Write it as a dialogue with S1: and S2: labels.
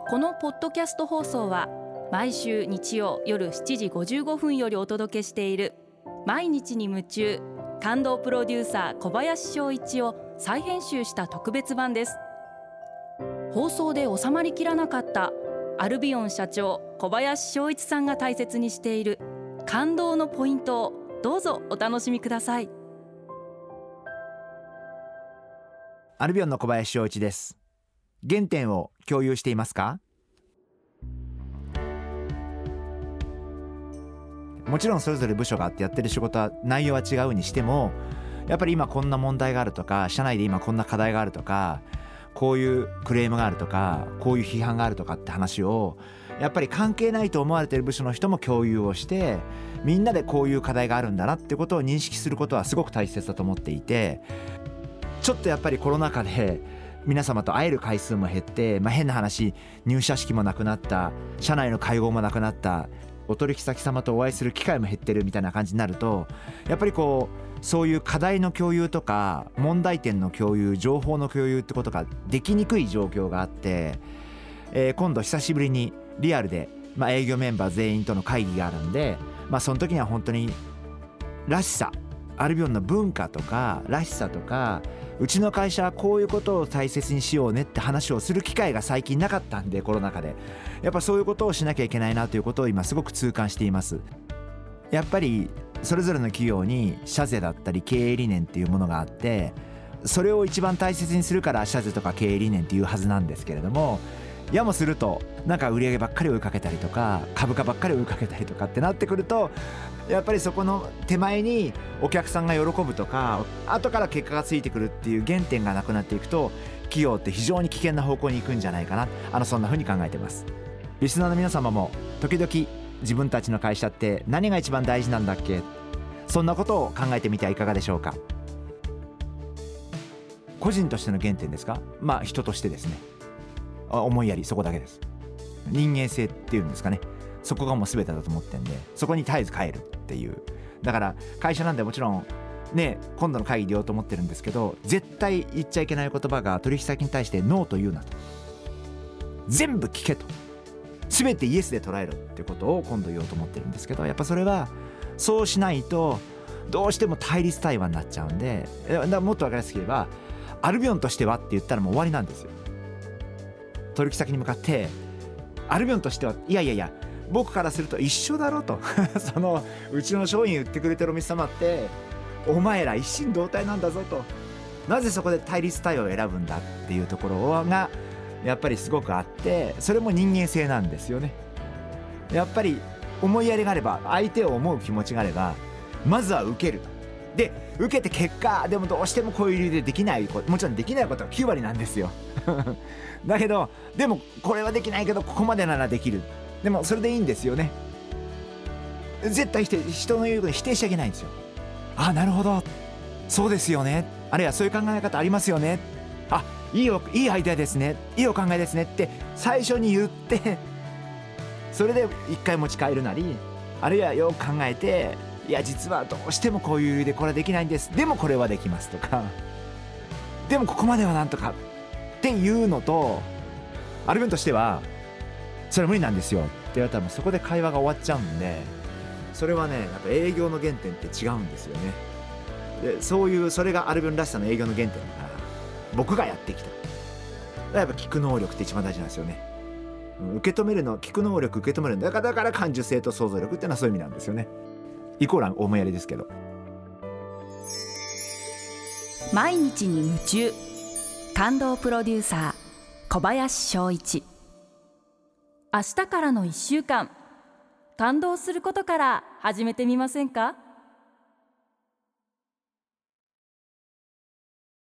S1: このポッドキャスト放送は毎週日曜夜7時55分よりお届けしている毎日に夢中感動プロデューサー小林翔一を再編集した特別版です。放送で収まりきらなかったアルビオン社長小林翔一さんが大切にしている感動のポイントをどうぞお楽しみください。
S2: アルビオンの小林翔一です。原点を共有していますか？もちろんそれぞれ部署があってやってる仕事は内容は違うにしても、やっぱり今こんな問題があるとか、社内で今こんな課題があるとか、こういうクレームがあるとか、こういう批判があるとかって話をやっぱり関係ないと思われている部署の人も共有をして、みんなでこういう課題があるんだなってことを認識することはすごく大切だと思っていて、ちょっとやっぱりコロナ禍で皆様と会える回数も減って、変な話入社式もなくなった、社内の会合もなくなった、お取引先様とお会いする機会も減ってるみたいな感じになると、やっぱりそういう課題の共有とか問題点の共有、情報の共有ってことができにくい状況があって、今度久しぶりにリアルで、営業メンバー全員との会議があるんで、その時には本当にらしさ、アルビオンの文化とからしさとか、うちの会社はこういうことを大切にしようねって話をする機会が最近なかったんで、コロナ禍でやっぱそういうことをしなきゃいけないなということを今すごく痛感しています。やっぱりそれぞれの企業に社是だったり経営理念っていうものがあって、それを一番大切にするから社是とか経営理念っていうはずなんですけれども、やもするとなんか売り上げばっかり追いかけたりとか、株価ばっかり追いかけたりとかってなってくると、やっぱりそこの手前にお客さんが喜ぶとか、後から結果がついてくるっていう原点がなくなっていくと、企業って非常に危険な方向に行くんじゃないかな、そんな風に考えてます。リスナーの皆様も時々自分たちの会社って何が一番大事なんだっけ、そんなことを考えてみてはいかがでしょうか。個人としての原点ですか？人としてですね、思いやり、そこだけです。人間性っていうんですかね、そこがもう全てだと思ってんで、そこに絶えず帰るっていう。だから会社なんでもちろんね、今度の会議で言おうと思ってるんですけど、絶対言っちゃいけない言葉が、取引先に対してノーと言うなと、全部聞けと、全てイエスで捉えろっていうことを今度言おうと思ってるんですけど、やっぱそれはそうしないとどうしても対立対話になっちゃうんで、もっと分かりやすく言えば、アルビオンとしてはって言ったらもう終わりなんですよ。取引先に向かってアルビオンとしては、いやいやいや僕からすると一緒だろとそのうちの商品売ってくれてるお店様ってお前ら一心同体なんだぞと、なぜそこで対立対応を選ぶんだっていうところがやっぱりすごくあって、それも人間性なんですよね。やっぱり思いやりがあれば、相手を思う気持ちがあれば、まずは受ける。で受けて結果でもどうしてもこういう理由でできない、もちろんできないことは9割なんですよだけどでもこれはできないけどここまでならできる、でもそれでいいんですよね。絶対人の言うことに否定しちゃいけないんですよ。なるほど、そうですよね、あるいはそういう考え方ありますよね、いいアイデアですね、いいお考えですねって最初に言って、それで一回持ち帰るなり、あるいはよく考えて、いや実はどうしてもこういう理由でこれはできないんです、でもこれはできますとか、でもここまではなんとかっていうのと、アルビオンとしてはそれは無理なんですよって言われたら、もうそこで会話が終わっちゃうんで、それはね、やっぱ営業の原点って違うんですよね。でそれがアルビオンらしさの営業の原点だから、僕がやってきた。やっぱ聞く能力って一番大事なんですよね。受け止めるの、聞く能力、受け止めるの、だから感受性と想像力っていうのはそういう意味なんですよね。イコール思いやりですけど。
S1: 毎日に夢中感動プロデューサー小林翔一。明日からの1週間、感動することから始めてみませんか？